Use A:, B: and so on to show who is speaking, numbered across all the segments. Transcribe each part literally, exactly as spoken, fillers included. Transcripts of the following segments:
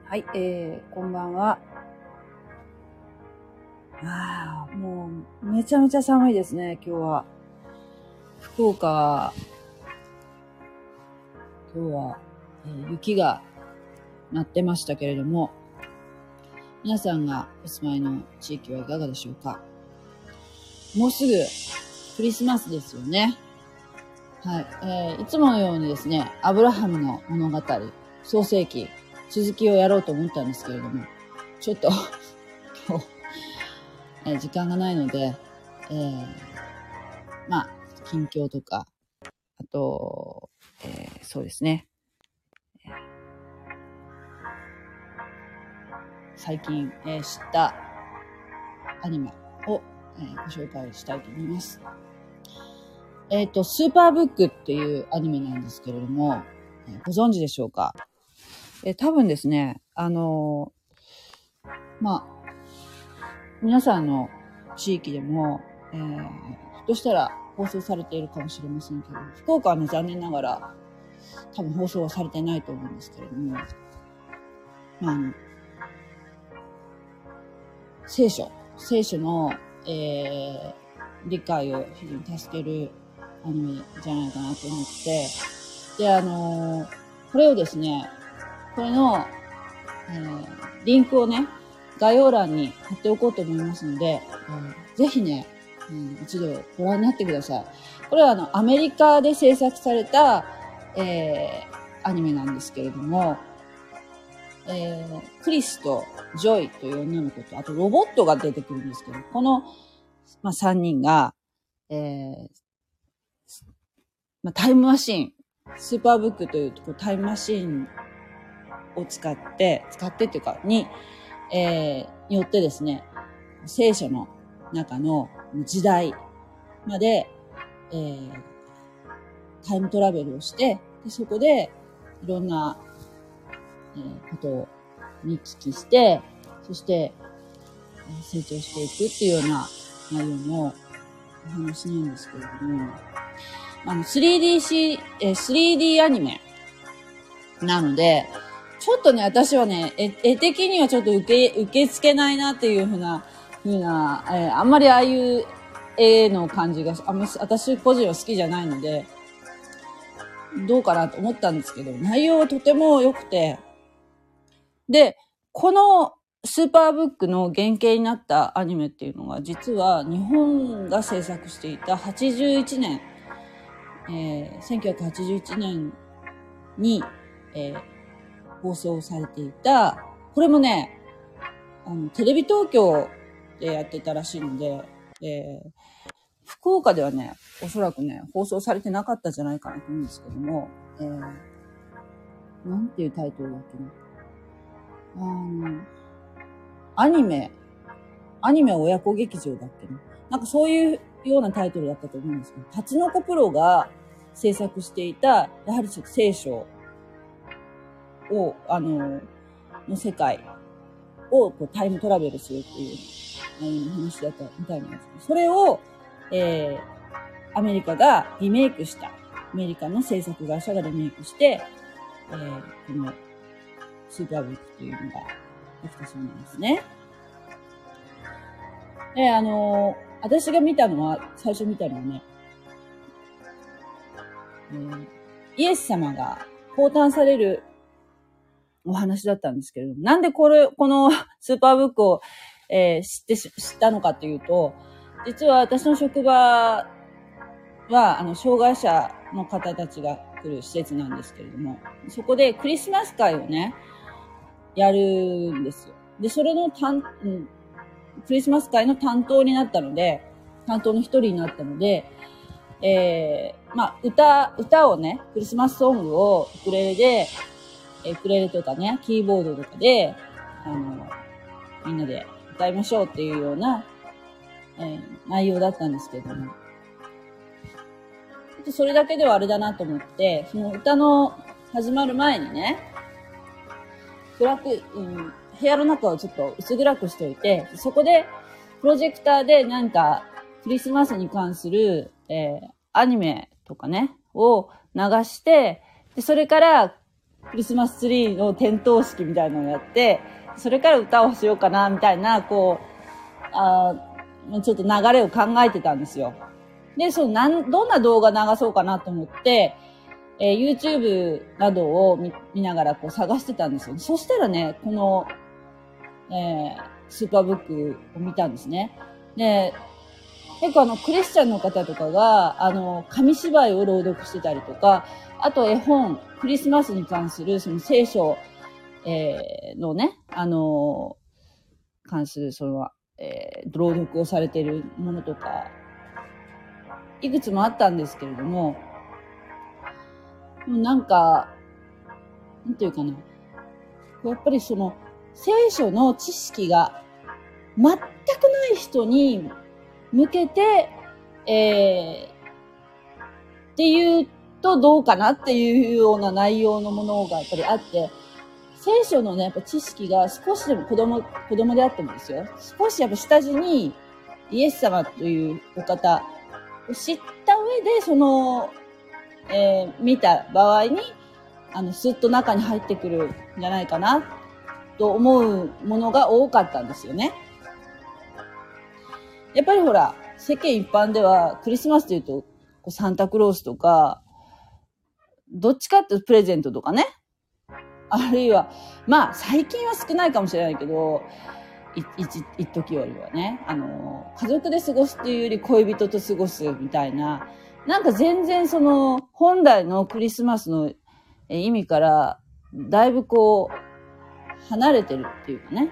A: はい、えー、こんばんは。ああ、もう、めちゃめちゃ寒いですね、今日は。福岡は、今日は、えー、雪が舞ってましたけれども、皆さんがお住まいの地域はいかがでしょうか。もうすぐクリスマスですよね。はい、えー、いつものようにですね、アブラハムの物語、創世記、続きをやろうと思ったんですけれども、ちょっと今日、えー、時間がないので、えー、まあ、近況とか、あと、えー、そうですね。最近、えー、知ったアニメを、えー、ご紹介したいと思います。えっと、スーパーブックっていうアニメなんですけれども、えー、ご存知でしょうか。えー、多分ですね、あのー、まあ、皆さんの地域でも、えー、ひょっとしたら放送されているかもしれませんけど、福岡はね、残念ながら多分放送はされてないと思うんですけれども、まあ、あの、聖書、聖書の、えー、理解を非常に助けるアニメじゃないかなと思って、で、あのー、これをですね、これの、えー、リンクをね、概要欄に貼っておこうと思いますので、えー、ぜひね、うん、一度ご覧になってください。これはあの、アメリカで制作された、えー、アニメなんですけれども、えー、クリスとジョイという女の子と、あとロボットが出てくるんですけど、この、まあ、さんにんが、えーまあ、タイムマシーン、スーパーブックというこうタイムマシーンを使って、使ってっていうか、に、えー、によってですね、聖書の中の時代まで、えー、タイムトラベルをして、でそこでいろんな、えー、ことを見聞きして、そして成長していくっていうような内容のお話なんですけれども、あの スリーディーシー、え スリーディー アニメなので、ちょっとね、私はね、絵、絵的にはちょっと受け、受け付けないなっていうふうな、ふうな、えー、あんまりああいう絵の感じが、あんま私個人は好きじゃないので、どうかなと思ったんですけど、内容はとても良くて、で、このスーパーブックの原型になったアニメっていうのが、実は日本が制作していたはちじゅういちねん、えー、せんきゅうひゃくはちじゅういちねんに、えー、放送されていた、これもね、あの、テレビ東京でやってたらしいので、えー、福岡ではね、おそらくね、放送されてなかったんじゃないかなと思うんですけども、えー、なんていうタイトルだっけな。あの、アニメ、アニメ親子劇場だっけな。なんかそういうようなタイトルだったと思うんですけど、タツノコプロが制作していた、やはりちょっと聖書を、あの、の世界をこうタイムトラベルするっていう話だったみたいなんですけど、それを、えー、アメリカがリメイクした、アメリカの制作会社がリメイクして、えー、このスーパーブックっていうのができたそうなんですね。で、あのー、私が見たのは、最初見たのはね、えー、イエス様が降誕されるお話だったんですけれども、なんでこれ、このスーパーブックを、えー、知って知ったのかっていうと、実は私の職場は、あの、障害者の方たちが来る施設なんですけれども、そこでクリスマス会をね、やるんですよ。で、それの担、うん、クリスマス会の担当になったので、担当の一人になったので、えー、まあ、歌、歌をね、クリスマスソングをウクレレで、ウクレレとかね、キーボードとかで、あの、みんなで歌いましょうっていうような、えー、内容だったんですけども、ちょっとそれだけではあれだなと思って、その歌の始まる前にね、暗く、うん、部屋の中をちょっと薄暗くしておいて、そこでプロジェクターでなんかクリスマスに関する、えー、アニメとかね、を流して、でそれからクリスマスツリーの点灯式みたいなのをやって、それから歌をしようかな、みたいな、こう、あちょっと流れを考えてたんですよ。で、そのなん、どんな動画流そうかなと思って、えー、YouTube などを 見, 見ながらこう探してたんですよ。そしたらね、この、えー、スーパーブックを見たんですね。で、結構あの、クリスチャンの方とかが、あの、紙芝居を朗読してたりとか、あと絵本、クリスマスに関するその聖書、えー、のね、あのー、関するその、えー、朗読をされているものとか、いくつもあったんですけれども、なんか、なんていうかな。やっぱりその、聖書の知識が全くない人に向けて、えー、っていうとどうかなっていうような内容のものがやっぱりあって、聖書のね、やっぱ知識が少しでも子供、子供であってもですよ。少しやっぱ下地にイエス様というお方を知った上で、その、えー、見た場合に、あの、スッと中に入ってくるんじゃないかな、と思うものが多かったんですよね。やっぱりほら、世間一般ではクリスマスというと、こうサンタクロースとか、どっちかっていうとプレゼントとかね。あるいは、まあ、最近は少ないかもしれないけど、い、一、一時よりはね、あの、家族で過ごすっていうより恋人と過ごすみたいな、なんか全然その、本来のクリスマスの意味から、だいぶこう、離れてるっていうかね。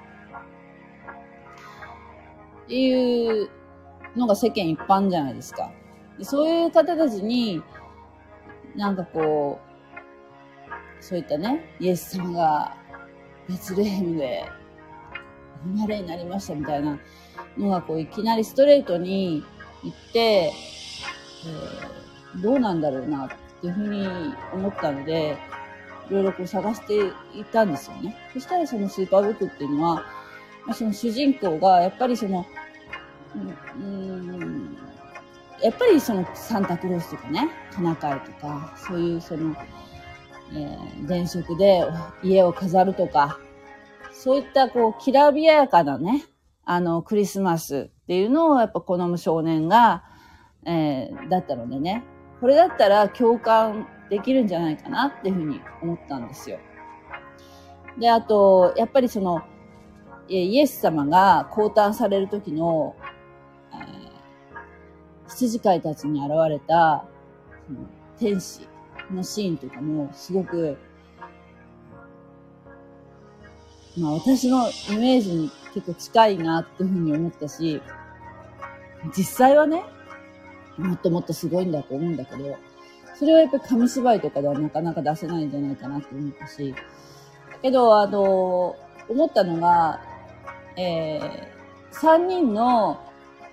A: っていうのが世間一般じゃないですか。でそういう方たちに、なんかこう、そういったね、イエス様がベツレヘムでお生まれになりましたみたいなのがこういきなりストレートに言って、えー、どうなんだろうなっていうふうに思ったので、いろいろこう探していたんですよね。そしたらそのスーパーブックっていうのは、まあ、その主人公がやっぱりその、うーん、やっぱりそのサンタクロースとかね、トナカイとか、そういうその、えー、電飾で家を飾るとか、そういったこう、きらびやかなね、あの、クリスマスっていうのをやっぱ好む少年が、えー、だったのでね、これだったら共感できるんじゃないかなっていうふうに思ったんですよ。で、あと、やっぱりその、イエス様が降誕される時の、えー、羊飼いたちに現れた、天使のシーンとかもすごく、まあ私のイメージに結構近いなっていうふうに思ったし、実際はね、もっともっとすごいんだと思うんだけど、それはやっぱり紙芝居とかではなかなか出せないんじゃないかなって思ったし、だけど、あの、思ったのが、えー、三人の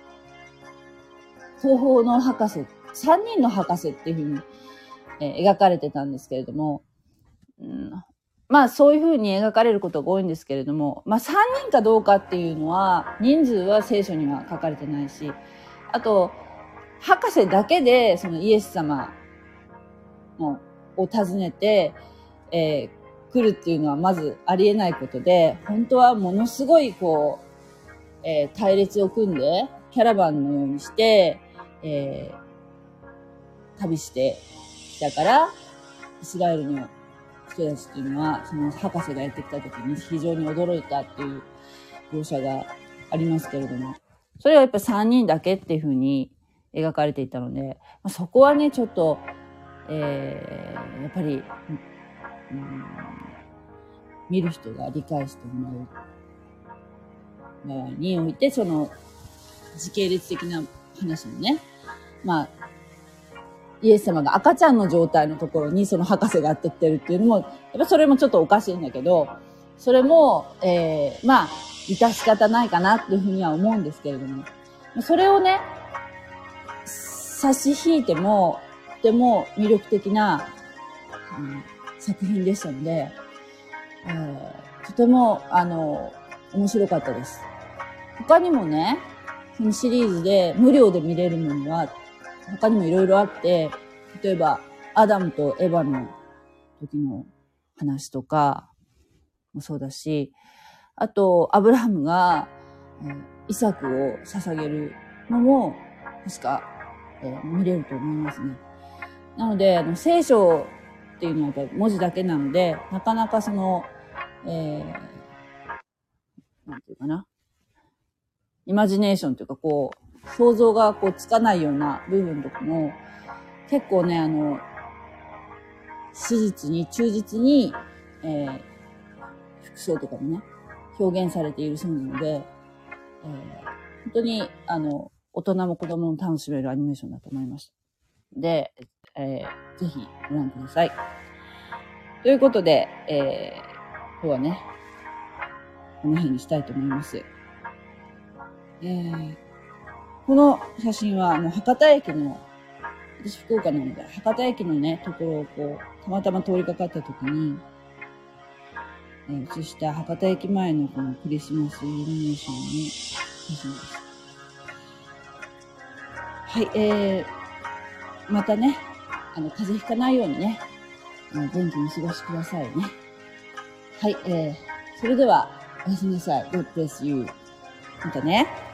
A: 東方の博士、三人の博士っていうふうに、えー、描かれてたんですけれども、うん、まあそういうふうに描かれることが多いんですけれども、まあ三人かどうかっていうのは、人数は聖書には書かれてないし、あと、博士だけでそのイエス様のを訪ねて、えー、来るっていうのはまずありえないことで、本当はものすごいこう、えー、隊列を組んで、キャラバンのようにして、えー、旅してきたから、イスラエルの人たちっていうのは、その博士がやってきた時に非常に驚いたっていう描写がありますけれども、それはやっぱりさんにんだけっていうふうに描かれていたので、まあ、そこはね、ちょっと、えー、やっぱり、うん、見る人が理解してもらう場合において、その時系列的な話もね、まあ、イエス様が赤ちゃんの状態のところにその博士がやってきてるっていうのも、やっぱそれもちょっとおかしいんだけど、それも、えー、まあ、致し方ないかなっていうふうには思うんですけれども、それをね、差し引いても、とても魅力的な、うん、作品でしたので、えー、とても、あの、面白かったです。他にもね、そのシリーズで無料で見れるものは、他にもいろいろあって、例えば、アダムとエヴァの時の話とかもそうだし、あと、アブラハムが、えー、イサクを捧げるのも、確か、えー、見れると思いますね。なので、あの聖書っていうのはやっぱり文字だけなので、なかなかその、えー、なんていうかな、イマジネーションというか、こう、想像がこうつかないような部分とかも、結構ね、あの、史実に忠実に、えー、服装とかもね、表現されているそうなので、えー、本当に、あの、大人も子供も楽しめるアニメーションだと思いました。で、えー、ぜひご覧ください。ということで、えー、今日はね、この辺にしたいと思います。えー、この写真は、あの、博多駅の、私福岡なので、博多駅のね、ところをこう、たまたま通りかかった時に、えー、写した博多駅前のこのクリスマスイルミネーションの写真です。はい、えー、またね、あの、風邪ひかないようにね、元気に過ごしてくださいね。はい、えー、それでは、おやすみなさい。God bless you. またね。